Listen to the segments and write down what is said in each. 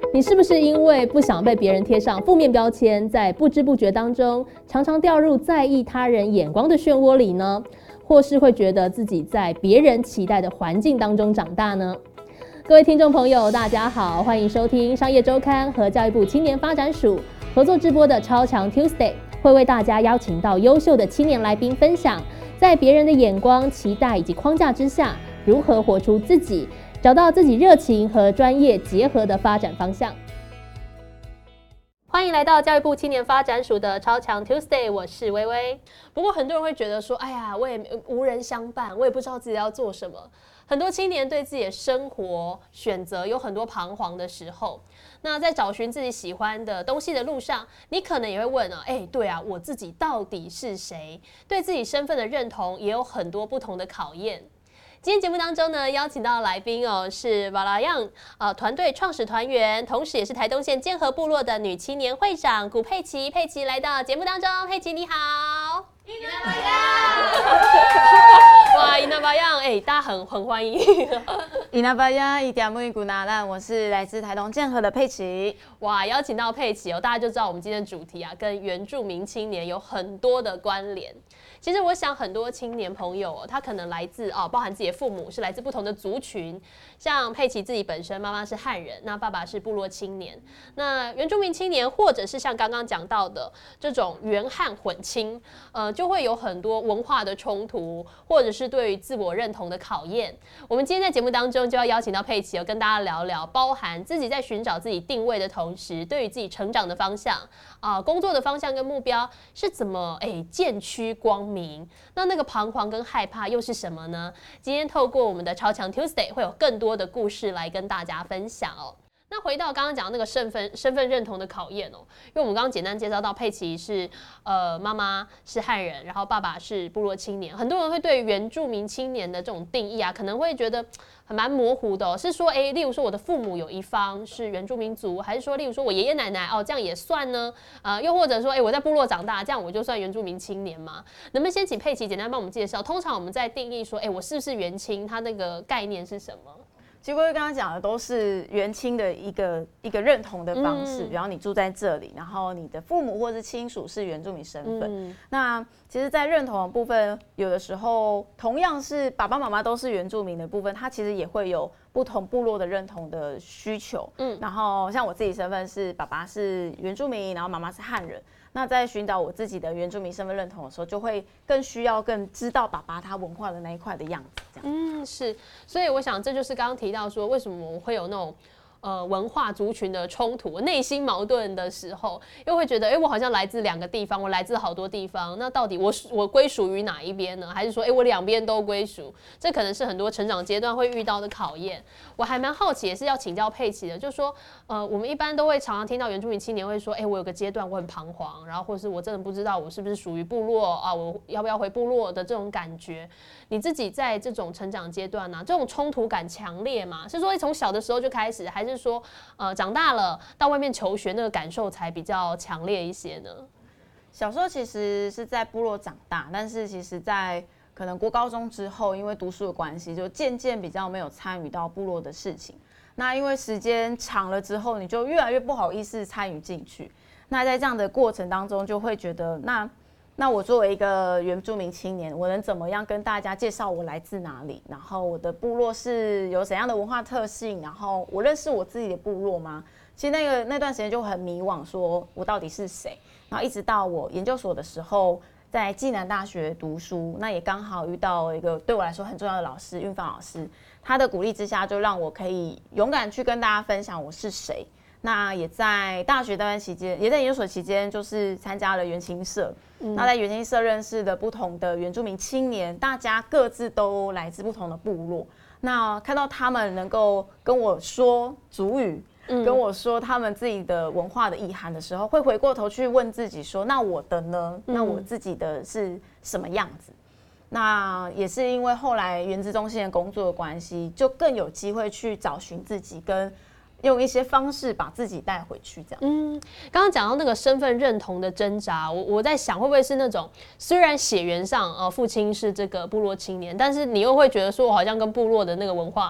你是不是因为不想被别人贴上负面标签，在不知不觉当中常常掉入在意他人眼光的漩涡里呢？或是会觉得自己在别人期待的环境当中长大呢？各位听众朋友，大家好，欢迎收听商业周刊和教育部青年发展署合作直播的超强 Tuesday， 会为大家邀请到优秀的青年来宾分享，在别人的眼光、期待以及框架之下，如何活出自己，找到自己热情和专业结合的发展方向。欢迎来到教育部青年发展署的超强 Tuesday， 我是薇薇。不过很多人会觉得说，哎呀，我也无人相伴，我也不知道自己要做什么。很多青年对自己的生活选择有很多彷徨的时候。那在找寻自己喜欢的东西的路上，你可能也会问啊，对啊，我自己到底是谁？对自己身份的认同也有很多不同的考验。今天节目当中呢，邀请到的来宾是瓦拉样团队创始团员，同时也是台东县建和部落的女青年会长古佩琪。佩琪来到节目当中，佩琪你好。伊那巴样，哇，伊那巴样，大家很欢迎。 伊那巴样，伊点木古纳兰，我是来自台东建和的佩琪。 哇，邀请到佩琪大家就知道我们今天的主题啊，跟原住民青年有很多的关联。其实我想很多青年朋友他可能来自包含自己的父母是来自不同的族群，像佩琪自己本身妈妈是汉人，那爸爸是部落青年，那原住民青年或者是像刚刚讲到的这种原汉混青，就会有很多文化的冲突，或者是对于自我认同的考验。我们今天在节目当中就要邀请到佩琪跟大家聊聊，包含自己在寻找自己定位的同时，对于自己成长的方向工作的方向跟目标是怎么渐趋光明，那个彷徨跟害怕又是什么呢？今天透过我们的超强 Tuesday 会有更多的故事来跟大家分享那回到刚刚讲的那个身份认同的考验因为我们刚刚简单介绍到佩琪是妈妈是汉人，然后爸爸是部落青年，很多人会对原住民青年的这种定义可能会觉得蛮模糊的是说例如说我的父母有一方是原住民族，还是说例如说我爷爷奶奶这样也算呢？又或者说我在部落长大，这样我就算原住民青年吗？能不能先请佩琪简单帮我们介绍，通常我们在定义说我是不是原青，它那个概念是什么？ 其实我刚刚讲的都是原青的一个认同的方式，然后你住在这里，然后你的父母或是亲属是原住民身份。那其实，在认同的部分，有的时候同样是爸爸妈妈都是原住民的部分，它其实也会有不同部落的认同的需求。然后像我自己身份是爸爸是原住民，然后妈妈是汉人。那在寻找我自己的原住民身份认同的时候，就会更需要更知道爸爸他文化的那一块的样子。这样是，所以我想这就是刚刚提到说，为什么我们会有那种文化族群的冲突、内心矛盾的时候，又会觉得，我好像来自两个地方，我来自好多地方，那到底我归属于哪一边呢？还是说，我两边都归属？这可能是很多成长阶段会遇到的考验。我还蛮好奇，也是要请教佩琪的，就是说，我们一般都会常常听到原住民青年会说，我有个阶段我很彷徨，然后或是我真的不知道我是不是属于部落我要不要回部落的这种感觉。你自己在这种成长阶段这种冲突感强烈吗？是说从小的时候就开始，还是说长大了到外面求学那个感受才比较强烈一些呢？ 小时候其实是在部落长大，但是其实在可能国高中之后，因为读书的关系，就渐渐比较没有参与到部落的事情。那因为时间长了之后，你就越来越不好意思参与进去。那在这样的过程当中，就会觉得那我作为一个原住民青年，我能怎么样跟大家介绍我来自哪里？然后我的部落是有怎样的文化特性？然后我认识我自己的部落吗？其实那段时间就很迷惘，说我到底是谁？然后一直到我研究所的时候，在暨南大学读书，那也刚好遇到一个对我来说很重要的老师，运芳老师，他的鼓励之下，就让我可以勇敢去跟大家分享我是谁。那也在大学那段期间，也在研究所期间，就是参加了原青社。那在原青社认识的不同的原住民青年，大家各自都来自不同的部落。那看到他们能够跟我说族语，跟我说他们自己的文化的意涵的时候，会回过头去问自己说：那我的呢？那我自己的是什么样子？那也是因为后来原资中心的工作的关系，就更有机会去找寻自己跟用一些方式把自己带回去，这样。 刚刚讲到那个身份认同的挣扎，我在想会不会是那种虽然血缘上父亲是这个部落青年，但是你又会觉得说我好像跟部落的那个文化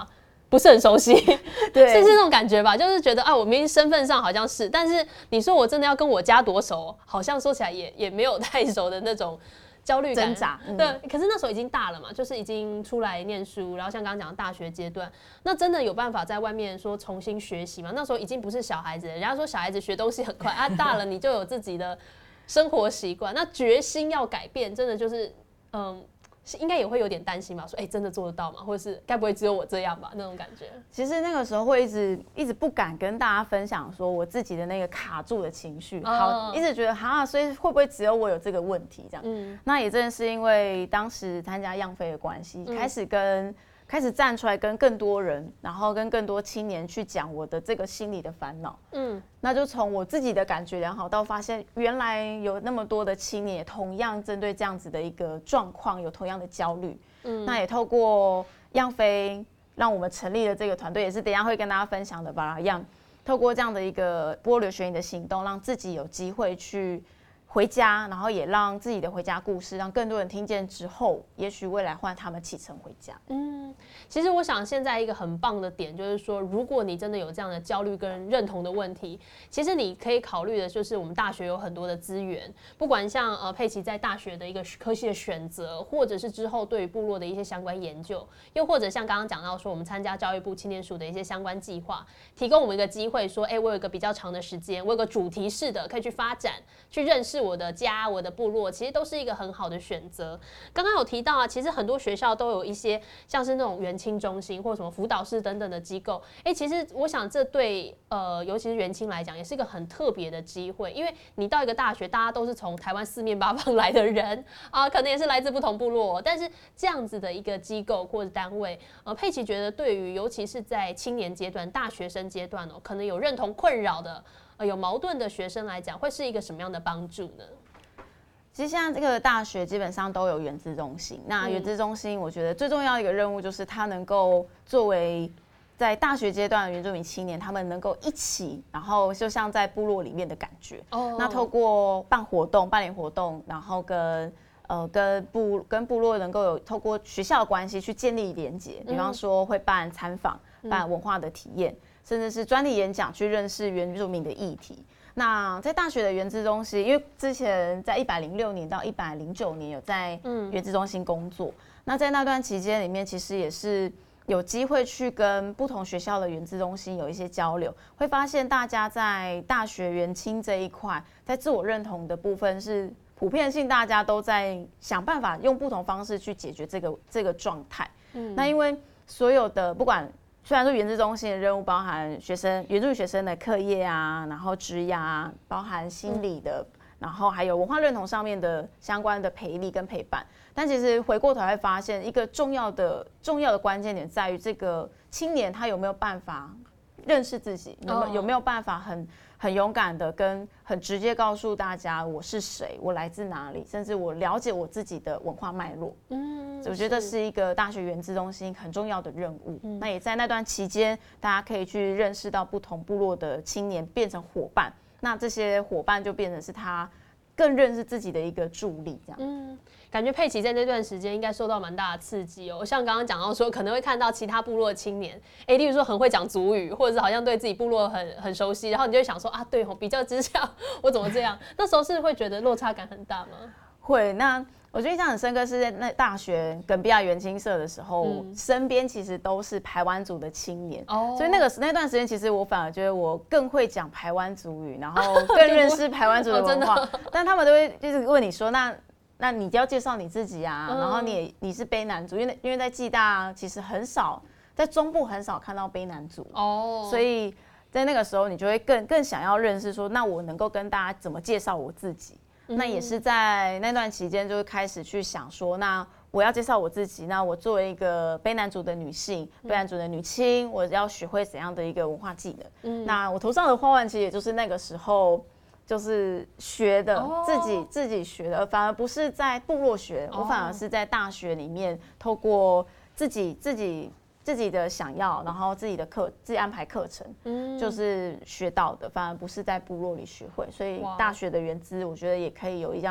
不是很熟悉， 对， 是那种感觉吧？就是觉得啊，我明明身份上好像是，但是你说我真的要跟我家多熟，好像说起来也没有太熟的那种焦虑感挣扎。 对，可是那时候已经大了嘛，就是已经出来念书，然后像刚刚讲的大学阶段，那真的有办法在外面说重新学习吗？那时候已经不是小孩子了，人家说小孩子学东西很快啊，大了你就有自己的生活习惯，那决心要改变，真的就是应该也会有点担心吧？说，真的做得到吗？或者是该不会只有我这样吧？那种感觉。 其实那个时候会一直不敢跟大家分享说我自己的那个卡住的情绪，好，一直觉得所以会不会只有我有这个问题这样？那也真的是因为当时参加样飞的关系，开始站出来跟更多人，然后跟更多青年去讲我的这个心理的烦恼。那就从我自己的感觉良好到发现，原来有那么多的青年也同样针对这样子的一个状况有同样的焦虑。那也透过样飞，让我们成立了这个团队，也是等一下会跟大家分享的吧。透过这样的一个部落留学营的行动，让自己有机会去回家，然后也让自己的回家故事让更多人听见之后，也许未来换他们启程回家。 其实我想现在一个很棒的点就是说，如果你真的有这样的焦虑跟认同的问题，其实你可以考虑的就是我们大学有很多的资源，不管像佩奇在大学的一个科系的选择，或者是之后对于部落的一些相关研究，又或者像刚刚讲到说我们参加教育部青年署的一些相关计划，提供我们一个机会说，我有一个比较长的时间，我有个主题式的可以去发展，去认识我的家、我的部落，其实都是一个很好的选择。刚刚有提到啊，其实很多学校都有一些像是那种原青中心或者什么辅导室等等的机构，其实我想这对尤其是原青来讲，也是一个很特别的机会，因为你到一个大学，大家都是从台湾四面八方来的人啊，可能也是来自不同部落，但是这样子的一个机构或者单位，佩奇觉得对于尤其是在青年阶段、大学生阶段可能有认同困扰的、有矛盾的学生来讲，会是一个什么样的帮助呢？ 其实现在这个大学基本上都有原资中心，那原资中心我觉得最重要的一个任务就是它能够作为在大学阶段的原住民青年，他们能够一起，然后就像在部落里面的感觉。那透过办联活动，然后跟部落能够有透过学校的关系去建立连结，比方说会办参访、办文化的体验，甚至是专题演讲，去认识原住民的议题。那在大学的原资中心，因为之前在106年到109年有在原资中心工作，那在那段期间里面，其实也是有机会去跟不同学校的原资中心有一些交流，会发现大家在大学原青这一块，在自我认同的部分是普遍性，大家都在想办法用不同方式去解决这个状态。那因为所有的不管。虽然说原资中心的任务包含原住民学生的课业啊，然后职涯啊，包含心理的，然后还有文化认同上面的相关的培力跟陪伴，但其实回过头来发现，一个重要的关键点在于这个青年他有没有办法认识自己，有没有办法很勇敢的跟很直接告诉大家我是谁，我来自哪里，甚至我了解我自己的文化脉络。我觉得是一个大学原资中心很重要的任务。那也在那段期间，大家可以去认识到不同部落的青年，变成伙伴。那这些伙伴就变成是他更认识自己的一个助力，这样。 感觉佩奇在那段时间应该受到蛮大的刺激哦。像刚刚讲到说，可能会看到其他部落的青年，例如说很会讲族语，或者是好像对自己部落很熟悉，然后你就会想说啊，对比较之下，我怎么这样？那时候是会觉得落差感很大吗？ 会。那我觉得印象很深刻是在那大学跟比亚原青社的时候，身边其实都是排湾族的青年，所以那段时间其实我反而觉得我更会讲排湾族语，然后更认识排湾族的文化。但他们都会就是问你说，那你就要介绍你自己啊，然后你是卑南族，因为在暨大其实很少，在中部很少看到卑南族，所以在那个时候你就会更想要认识说，那我能够跟大家怎么介绍我自己。那也是在那段期间，就开始去想说，那我要介绍我自己，那我作为一个卑南族的女性、卑南族的女青，我要学会怎样的一个文化技能。那我头上的花环其实也就是那个时候就是学的，自己学的，反而不是在部落学，我反而是在大学里面透过自己的想要，然后自己安排课程，就是学到的，反而不是在部落里学会。所以大学的原资，我觉得也可以有一样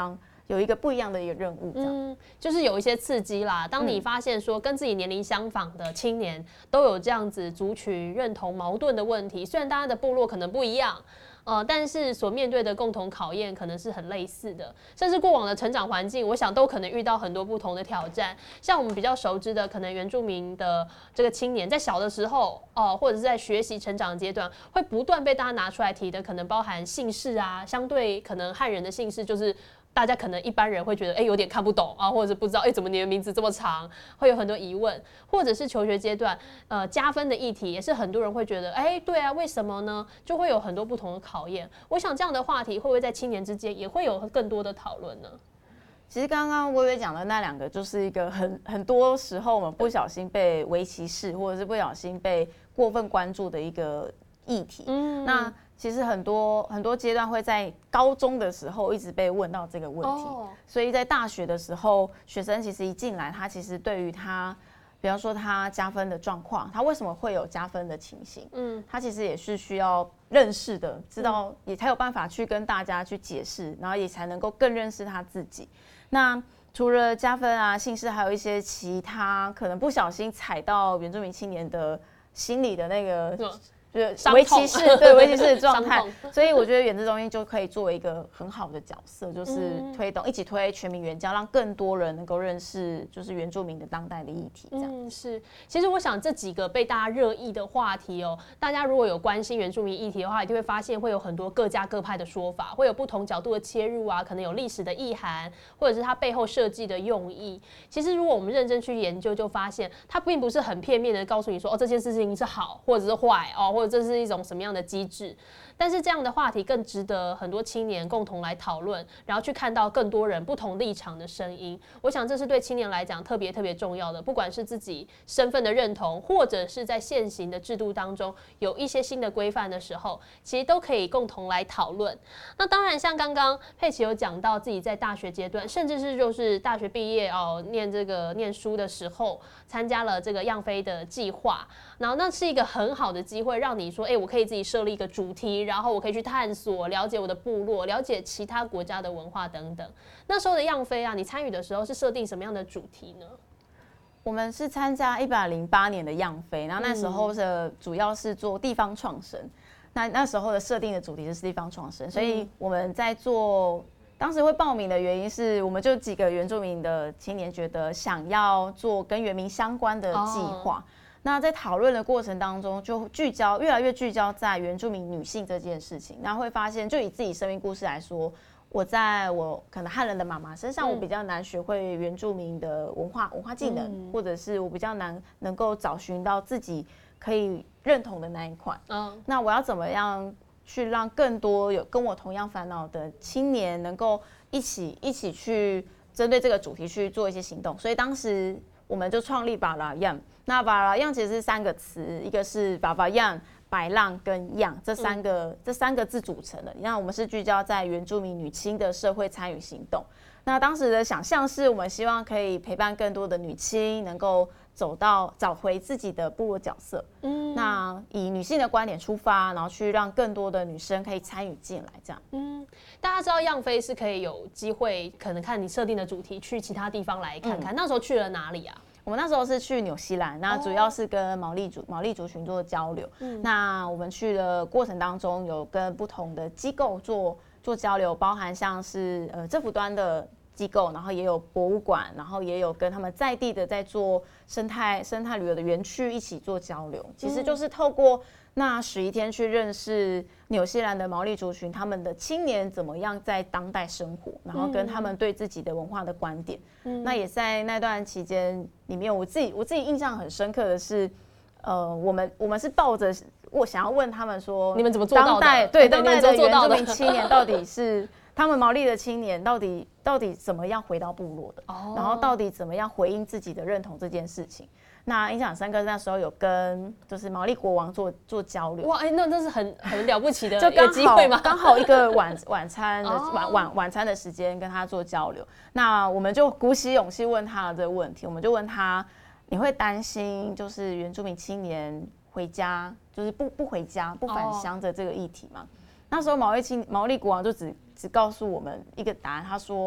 有一个不一样的一个任务， 就是有一些刺激啦。当你发现说跟自己年龄相仿的青年都有这样子族群认同矛盾的问题，虽然大家的部落可能不一样。但是所面对的共同考验可能是很类似的，甚至过往的成长环境，我想都可能遇到很多不同的挑战。像我们比较熟知的，可能原住民的这个青年在小的时候，或者是在学习成长阶段，会不断被大家拿出来提的，可能包含姓氏啊，相对可能汉人的姓氏就是大家可能一般人会觉得有点看不懂啊，或者是不知道怎么你的名字这么长，会有很多疑问，或者是求学阶段加分的议题，也是很多人会觉得对啊，为什么呢？就会有很多不同的考验。我想这样的话题会不会在青年之间也会有更多的讨论呢？ 其实刚刚薇薇讲的那两个，就是一个很多时候我们不小心被微歧视，或者是不小心被过分关注的一个议题。那其实很多阶段会在高中的时候一直被问到这个问题，所以在大学的时候，学生其实一进来，他其实对于他，比方说他加分的状况，他为什么会有加分的情形，他其实也是需要认识的，知道也才有办法去跟大家去解释，然后也才能够更认识他自己。那除了加分啊、姓氏，还有一些其他可能不小心踩到原住民青年的心理的那个。就是微歧视，对微歧视的状态，所以我觉得原子中心就可以作为一个很好的角色，就是推动一起推全民原教，让更多人能够认识就是原住民的当代的议题。这样是。其实我想这几个被大家热议的话题大家如果有关心原住民议题的话，一定会发现会有很多各家各派的说法，会有不同角度的切入啊，可能有历史的意涵，或者是它背后设计的用意。其实如果我们认真去研究，就发现它并不是很片面的告诉你说这件事情是好或者是坏或者这是一种什么样的机制，但是这样的话题更值得很多青年共同来讨论，然后去看到更多人不同立场的声音。我想这是对青年来讲特别重要的，不管是自己身份的认同，或者是在现行的制度当中有一些新的规范的时候，其实都可以共同来讨论。那当然，像刚刚佩奇有讲到自己在大学阶段，甚至是就是大学毕业念书的时候，参加了这个样飞的计划，然后那是一个很好的机会，让你说我可以自己设立一个主题，然后我可以去探索了解我的部落，了解其他国家的文化等等。那时候的样飞啊，你参与的时候是设定什么样的主题呢？ 我们是参加108年的样飞，然后那时候的主要是做地方创生，那时候的设定的主题就是地方创生，所以我们在做。当时会报名的原因是，我们就几个原住民的青年觉得想要做跟原民相关的计划。那在讨论的过程当中，就越来越聚焦在原住民女性这件事情。然后会发现，就以自己生命故事来说，我可能汉人的妈妈身上，我比较难学会原住民的文化技能，或者是我比较难能够找寻到自己可以认同的那一块。那我要怎么样去让更多有跟我同样烦恼的青年能够一起去针对这个主题去做一些行动？所以当时我们就创立巴拉样。那巴拉样其实是3个词，一个是巴巴样、白浪跟样这三个字组成的。那我们是聚焦在原住民女青的社会参与行动。那当时的想象是我们希望可以陪伴更多的女青能够找回自己的部落角色。那以女性的观点出发，然后去让更多的女生可以参与进来，这样。 大家知道样飞是可以有机会，可能看你设定的主题去其他地方来看看。那时候去了哪里啊？ 我们那时候是去纽西兰，那主要是跟毛利族群做交流。那我们去的过程当中，有跟不同的机构做交流，包含像是政府端的机构，然后也有博物馆，然后也有跟他们在地的在做生态旅游的园区一起做交流。其实就是透过那11天去认识纽西兰的毛利族群，他们的青年怎么样在当代生活，然后跟他们对自己的文化的观点。那也在那段期间里面，我自己印象很深刻的是，我们是抱着我想要问他们说， 你们怎么做到的？ 当代的原住民青年到底是他们毛利的青年到底怎么样回到部落的？然后到底怎么样回应自己的认同这件事情？那印象深刻，那时候有跟就是毛利国王做交流。 哇，那是很了不起的一个机会吗？ 刚好一个晚餐的时间跟他做交流。那我们就鼓起勇气问他的这个问题，我们就问他：你会担心就是原住民青年回家就是不回家不返乡的这个议题吗？那时候毛利国王就只告诉我们一个答案，他说：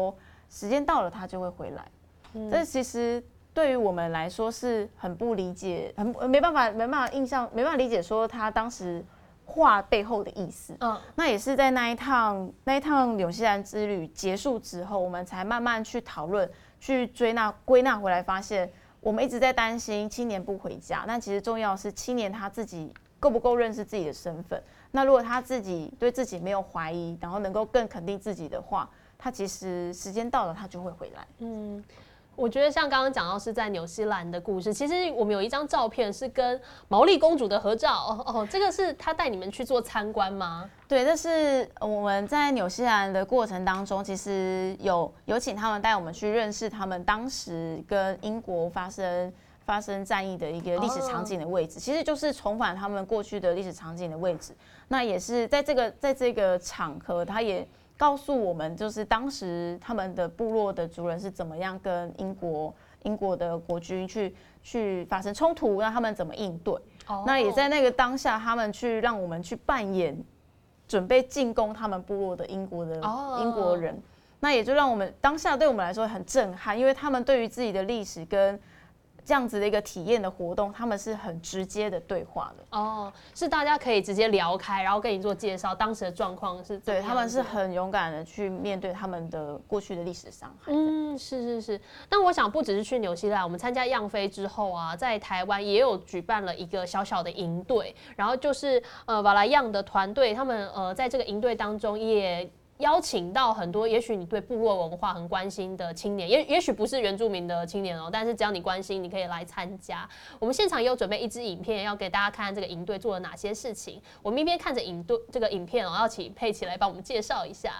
时间到了他就会回来。这其实对于我们来说是很不理解，没办法没办法理解说他当时话背后的意思。那也是在那一趟纽西兰之旅结束之后，我们才慢慢去讨论，去归纳回来，发现我们一直在担心青年不回家，但其实重要的是青年他自己够不够认识自己的身份。那如果他自己对自己没有怀疑，然后能够更肯定自己的话，他其实时间到了他就会回来。 我觉得像刚刚讲到是在纽西兰的故事，其实我们有一张照片是跟毛利公主的合照。这个是他带你们去做参观吗？ 对，这是我们在纽西兰的过程当中，其实有请他们带我们去认识他们当时跟英国发生战役的一个历史场景的位置，其实就是重返他们过去的历史场景的位置。那也是在这个场合，他也告诉我们，就是当时他们的部落的族人是怎么样跟英国的国军去发生冲突，让他们怎么应对。那也在那个当下，他们让我们去扮演准备进攻他们部落的英国人。那也就让我们当下对我们来说很震撼，因为他们对于自己的历史跟这样子的一个体验的活动，他们是很直接的对话的。 是大家可以直接聊开，然后跟你做介绍当时的状况是怎么样。 对，他们是很勇敢的去面对他们的过去的历史伤害。 是。那我想不只是去纽西兰，我们参加样飞之后啊，在台湾也有举办了一个小小的营队，然后就是瓦莱样的团队，他们在这个营队当中也邀请到很多，也许你对部落文化很关心的青年，也许不是原住民的青年但是只要你关心，你可以来参加。我们现场也有准备一支影片，要给大家看这个营队做了哪些事情。我们一边看着这个影片要请佩奇来帮我们介绍一下。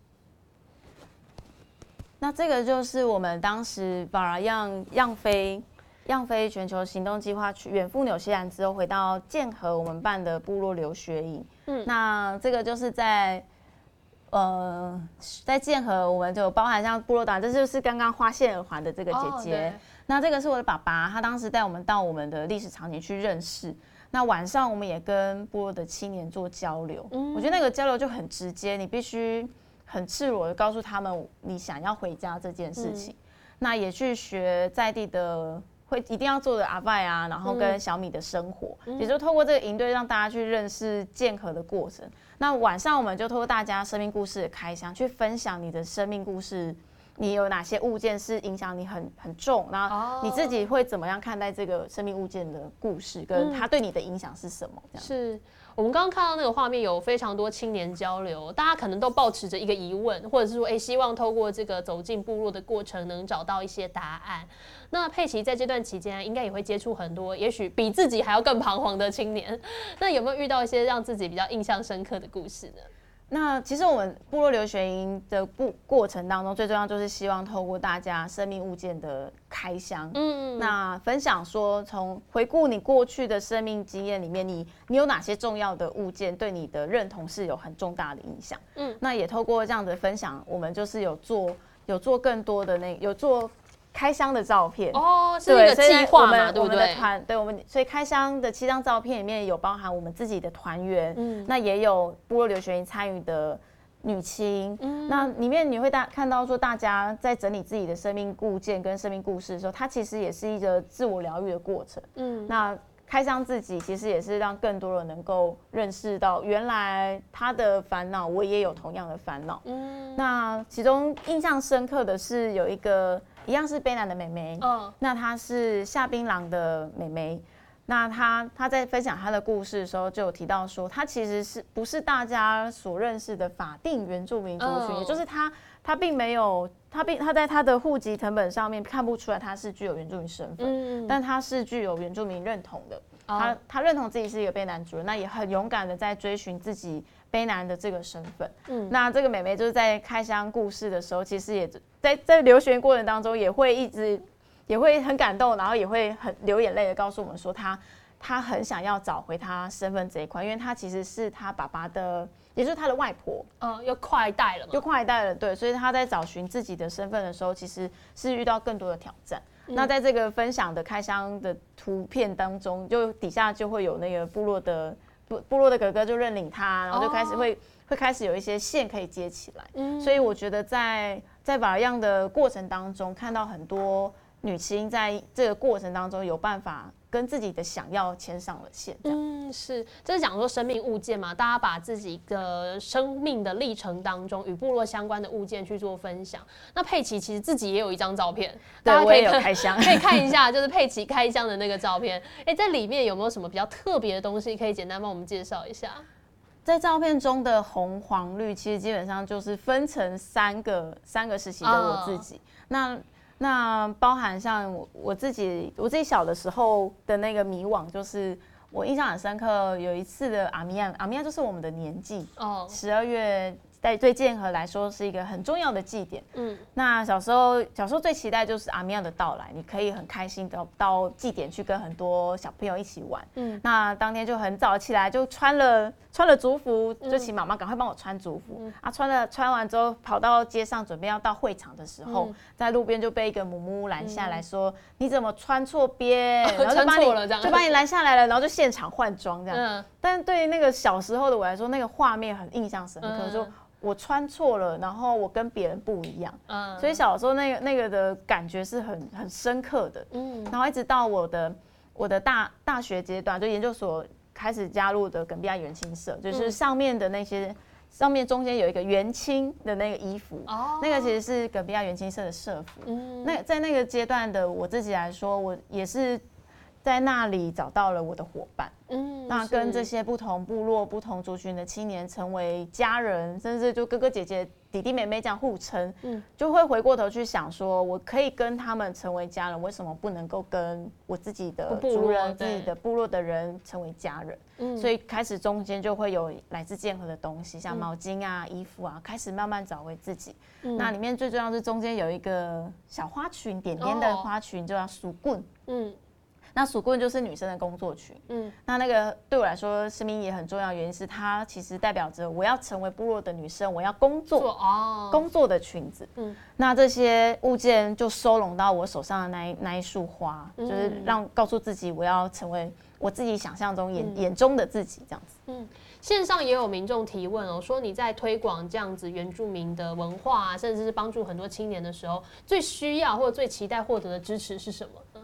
那这个就是我们当时把样飞全球行动计划去远赴纽西兰之后，回到剑河我们办的部落留学营。那这个就是在剑河，我们就包含像部落党，这就是刚刚花谢耳环的这个姐姐。那这个是我的爸爸，他当时带我们到我们的历史场景去认识。那晚上我们也跟部落的青年做交流，我觉得那个交流就很直接，你必须很赤裸的告诉他们你想要回家这件事情。那也去学在地的一定要做的阿拜啊，然后跟小米的生活，也就透过这个营队让大家去认识剑河的过程。那晚上我们就透过大家生命故事的开箱，去分享你的生命故事，你有哪些物件是影响你很重，然后你自己会怎么样看待这个生命物件的故事，跟它对你的影响是什么？这样是。我们刚刚看到那个画面，有非常多青年交流，大家可能都抱持着一个疑问，或者是说，希望透过这个走进部落的过程，能找到一些答案。那佩奇在这段期间，应该也会接触很多，也许比自己还要更彷徨的青年。那有没有遇到一些让自己比较印象深刻的故事呢？ 那其实我们部落留学营的过程当中，最重要就是希望透过大家生命物件的开箱，那分享说，从回顾你过去的生命经验里面，你有哪些重要的物件对你的认同是有很重大的影响？那也透过这样的分享，我们就是有做更多的有做开箱的照片是一个计划嘛，对不对？ 所以开箱的7张照片里面有包含我们自己的团员，那也有部落留学营参与的女青，那里面你会看到说，大家在整理自己的生命故件跟生命故事的时候，它其实也是一个自我疗愈的过程。那开箱自己其实也是让更多人能够认识到，原来他的烦恼我也有同样的烦恼。那其中印象深刻的是有一个一样是卑南的妹妹，那她是下槟榔的妹妹。那她在分享她的故事的时候，就有提到说，她其实不是大家所认识的法定原住民族群，也就是她并没有，她在她的户籍誊本上面看不出来她是具有原住民身份，但她是具有原住民认同的。她认同自己是一个卑南族人，那也很勇敢的在追寻自己卑南的这个身份。那这个妹妹就是在开箱故事的时候，其实也在留学过程当中也会很感动，然后也会很流眼泪的告诉我们说，她很想要找回她身份这一块，因为她其实是她爸爸的，也就是她的外婆， 又跨一代了嘛， 又跨一代了，对，所以她在找寻自己的身份的时候，其实是遇到更多的挑战。那在这个分享的开箱的图片当中，就底下就会有那个部落的部落的哥哥就认领他，然后就开始会开始有一些线可以接起来。所以我觉得在瓦样的过程当中，看到很多女青在这个过程当中有办法跟自己的想要牵上了线。 是，这是讲说生命物件嘛，大家把自己的生命的历程当中与部落相关的物件去做分享。那佩奇其实自己也有一张照片， 对，我也有开箱， 可以看一下，就是佩奇开箱的那个照片。在里面有没有什么比较特别的东西，可以简单帮我们介绍一下？ 在照片中的红、黄、绿，其实基本上就是分成三个时期的我自己。那包含像我自己小的时候的那个迷惘，就是我印象很深刻，有一次的阿米亚就是我们的年纪，12月对建和来说是一个很重要的祭典。那小时候最期待就是阿米亚的到来，你可以很开心的到祭典去跟很多小朋友一起玩。那当天就很早起来，就穿了族服，就请妈妈赶快帮我穿族服。穿完之后跑到街上准备要到会场的时候，在路边就被一个母母拦下来说：“你怎么穿错边？”然后就把你拦下来了，然后就现场换装这样。但对于那个小时候的我来说，那个画面很印象深刻，就我穿错了，然后我跟别人不一样，所以小时候那个的感觉是很深刻的。然后一直到我的大学阶段，就研究所开始加入的耿比亚元青社，就是上面的那些上面中间有一个元青的那个衣服，那个其实是耿比亚元青社的社服。那在那个阶段的我自己来说，我也是在那里找到了我的伙伴。那跟这些不同部落、不同族群的青年成为家人，甚至就哥哥姐姐、弟弟妹妹这样互称，就会回过头去想说，我可以跟他们成为家人，为什么不能够跟我自己的族人、自己的部落的人成为家人？所以开始中间就会有来自建和的东西，像毛巾啊、衣服啊，开始慢慢找回自己。那里面最重要是中间有一个小花裙，点点的花裙，就叫属棍。那属棍就是女生的工作裙。那个对我来说，生命也很重要，原因是它其实代表着我要成为部落的女生，我要工作的裙子。那这些物件就收拢到我手上的那一束花，就是告诉自己我要成为我自己想象中眼中的自己这样子。 线上也有民众提问说你在推广这样子原住民的文化甚至是帮助很多青年的时候，最需要或者最期待获得的支持是什么呢？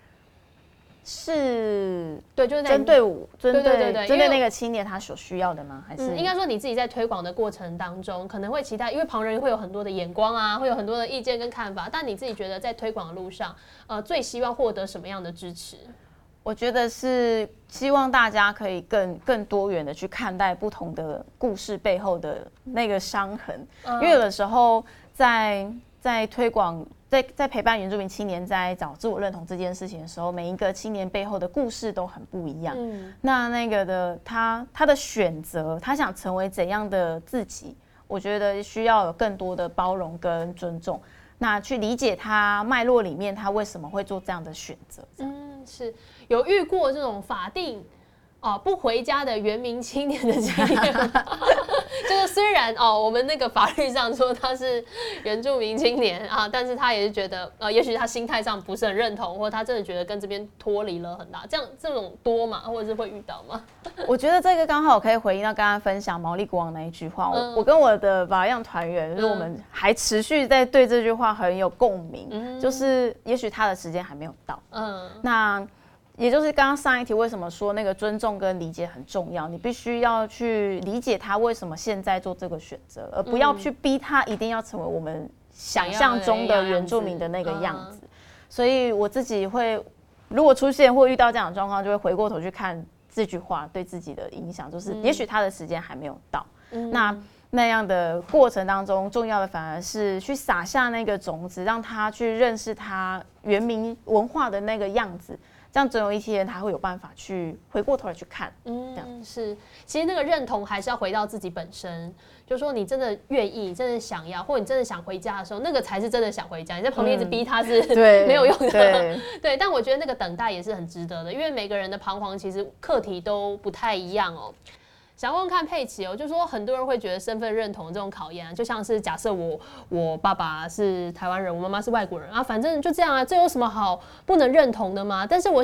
是对，就是针对那个青年他所需要的吗？还是应该说你自己在推广的过程当中，可能会期待，因为旁人会有很多的眼光啊，会有很多的意见跟看法，但你自己觉得在推广的路上，最希望获得什么样的支持？ 我觉得是希望大家可以更多元的去看待不同的故事背后的那个伤痕，因为有的时候在推广。在陪伴原住民青年在找自我认同这件事情的时候，每一个青年背后的故事都很不一样。那个的他的选择，他想成为怎样的自己，我觉得需要有更多的包容跟尊重。那去理解他脉络里面他为什么会做这样的选择。 是有遇过这种法定不回家的原民青年的经验就是虽然我们那个法律上说他是原住民青年但是他也是觉得也许他心态上不是很认同，或他真的觉得跟这边脱离了很大，这种多嘛，或者是会遇到吗？ 我觉得这个刚好可以回应到刚刚分享毛利国王那一句话。我跟我的瓦样团员，就是我们还持续在对这句话很有共鸣，就是也许他的时间还没有到。那也就是刚刚上一题为什么说那个尊重跟理解很重要，你必须要去理解他为什么现在做这个选择，而不要去逼他一定要成为我们想象中的原住民的那个样子。所以我自己会，如果出现或遇到这样的状况，就会回过头去看这句话对自己的影响，就是也许他的时间还没有到。那样的过程当中，重要的反而是去撒下那个种子，让他去认识他原民文化的那个样子。这样总有一天他会有办法去回过头来去看。 是，其实那个认同还是要回到自己本身，就是说你真的愿意，真的想要，或者你真的想回家的时候，那个才是真的想回家。你在旁边一直逼他是没有用的。对，但我觉得那个等待也是很值得的，因为每个人的彷徨其实课题都不太一样想问问看佩奇就说很多人会觉得身份认同这种考验就像是假设我爸爸是台湾人，我妈妈是外国人反正就这样这有什么好不能认同的吗？但是我想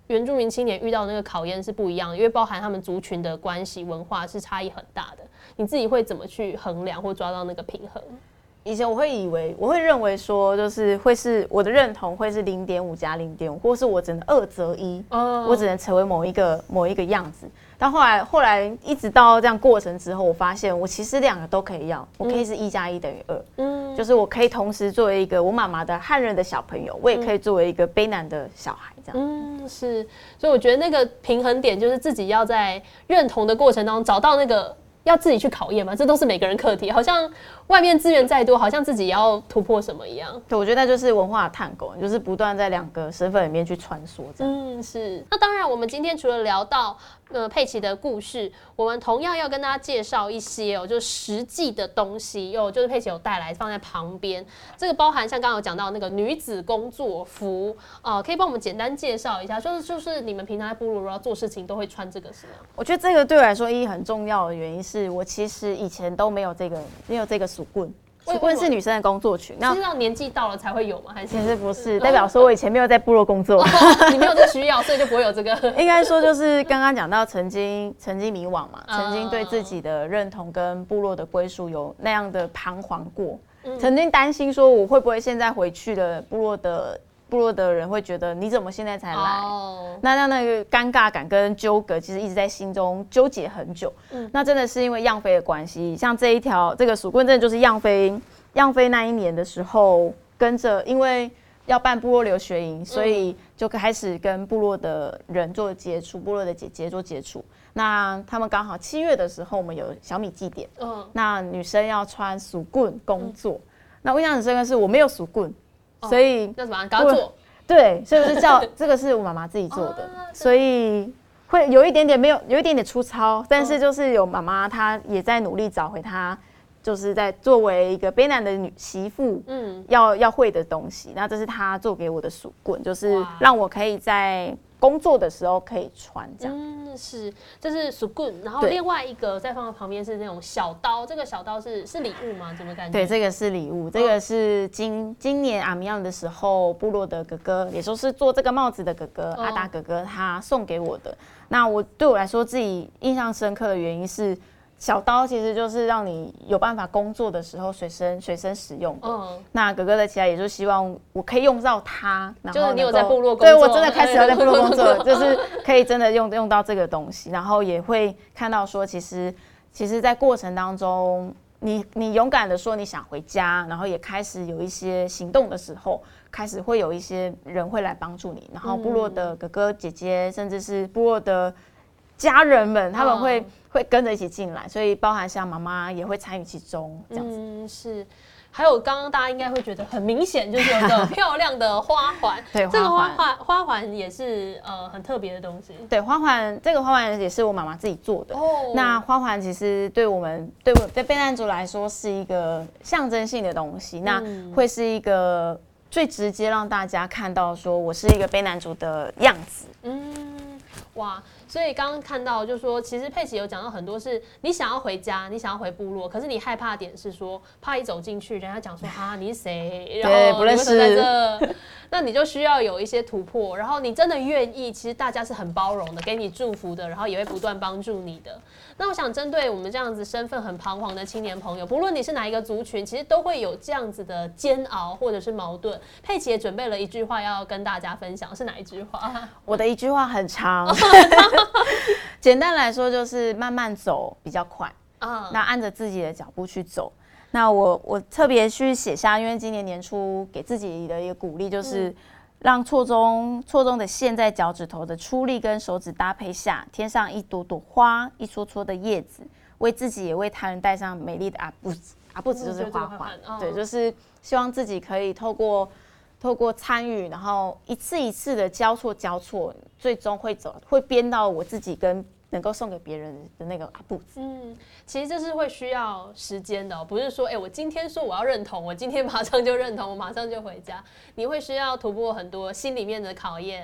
原住民青年遇到的那个考验是不一样的，因为包含他们族群的关系文化是差异很大的。你自己会怎么去衡量或抓到那个平衡？ 以前我会认为说，就是会是我的认同会是0.5加0.5，或是我只能2择1，我只能成为某一个样子。但后来一直到这样过程之后，我发现我其实2个都可以要，我可以是1加1等于2，就是我可以同时作为一个我妈妈的汉人的小朋友，我也可以作为一个卑南的小孩这样。 是，所以我觉得那个平衡点就是自己要在认同的过程当中找到那个。要自己去考验嘛，这都是每个人课题。好像外面资源再多，好像自己也要突破什么一样。 对，我觉得那就是文化的探狗，就是不断在2个身份里面去穿梭这样。 是。那当然，我们今天除了聊到佩奇的故事，我们同样要跟大家介绍一些就是实际的东西，就是佩奇有带来放在旁边。这个包含像刚刚有讲到那个女子工作服，可以帮我们简单介绍一下，就是你们平常在部落如果要做事情都会穿这个是吗？ 我觉得这个对我来说意义很重要的原因是我其实以前都没有这个鼠棍。鼠棍是女生的工作裙， 那是到年纪到了才会有吗？还是其实不是，代表说我以前没有在部落工作， 你没有这需要，所以就不会有这个。 应该说就是刚刚讲到曾经迷惘嘛，曾经对自己的认同跟部落的归属有那样的彷徨过，曾经担心说我会不会现在回去的部落的人会觉得你怎么现在才来？那个尴尬感跟纠葛，其实一直在心中纠结很久。那真的是因为样飞的关系，像这个鼠棍，真的就是样飞那一年的时候，跟着因为要办部落留学营，所以就开始跟部落的人做接触，部落的姐姐做接触。那他们刚好7月的时候，我们有小米祭典，那女生要穿鼠棍工作。那我印象很深刻是我没有鼠棍。所以那怎么赶快做？ 对，所以我是叫这个是我妈妈自己做的，所以会有一点点粗糙，但是就是有妈妈她也在努力找回她，就是在作为一个卑南的女媳妇，要会的东西。那这是她做给我的鼠棍，就是让我可以在工作的时候可以穿这样。 是，这是鼠棍，然后另外一个再放在旁边是那种小刀，这个小刀是礼物吗？怎么感觉？ 对，这个是礼物，这个是今年阿米样的时候，部落的哥哥，也就是做这个帽子的哥哥，阿达哥哥他送给我的。那对我来说，自己印象深刻的原因是。小刀其实就是让你有办法工作的时候随身使用的。那哥哥的期待也就希望我可以用到它，然后就是你有在部落工作， 对我真的开始要在部落工作，就是可以真的用到这个东西，然后也会看到说，其实在过程当中，你勇敢的说你想回家，然后也开始有一些行动的时候，开始会有一些人会来帮助你，然后部落的哥哥姐姐，甚至是部落的家人们，他们会跟着一起进来，所以包含像妈妈也会参与其中，这样子。 是。还有刚刚大家应该会觉得很明显，就是有一个漂亮的花环。 对， 这个花环也是很特别的东西。 对，这个花环也是我妈妈自己做的。那花环其实对卑南族来说是一个象征性的东西，那会是一个最直接让大家看到说我是一个卑南族的样子。 哇，所以刚刚看到就是说，其实佩奇有讲到很多是你想要回家，你想要回部落，可是你害怕的点是说，怕一走进去，人家讲说哈你是谁，然后不认识， 在这，那你就需要有一些突破，然后你真的愿意，其实大家是很包容的，给你祝福的，然后也会不断帮助你的。那我想针对我们这样子身份很彷徨的青年朋友，不论你是哪一个族群，其实都会有这样子的煎熬或者是矛盾。佩奇也准备了一句话要跟大家分享，是哪一句话？ 我的一句话很长，简单来说就是慢慢走比较快，那按着自己的脚步去走。那我特别去写下，因为今年年初给自己的一个鼓励就是。让错综的线在脚趾头的出力跟手指搭配下，添上一朵朵花，一撮撮的叶子，为自己也为他人戴上美丽的阿布子。阿布子就是花环，对，就是希望自己可以透过参与，然后一次一次的交错，最终会编到我自己跟能够送给别人的那个阿布子。 其实这是会需要时间的，不是说我今天说我要认同，我今天马上就认同，我马上就回家。你会需要突破很多心里面的考验，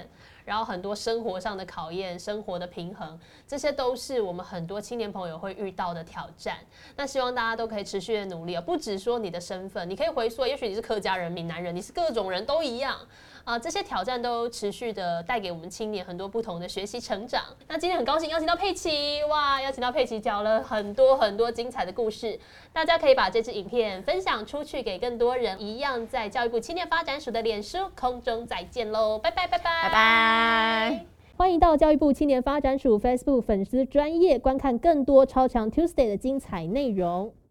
然后很多生活上的考验、生活的平衡，这些都是我们很多青年朋友会遇到的挑战。那希望大家都可以持续的努力，不只说你的身份，你可以回溯，也许你是客家人、闽南人，你是各种人都一样。这些挑战都持续的带给我们青年很多不同的学习成长。那今天很高兴邀请到佩奇，哇，邀请到佩奇讲了很多精彩的故事，大家可以把这支影片分享出去给更多人，一样在教育部青年发展署的脸书空中再见喽，拜拜拜拜拜拜。 欢迎到教育部青年发展署 Facebook 粉丝专页观看更多超强 Tuesday 的精彩内容。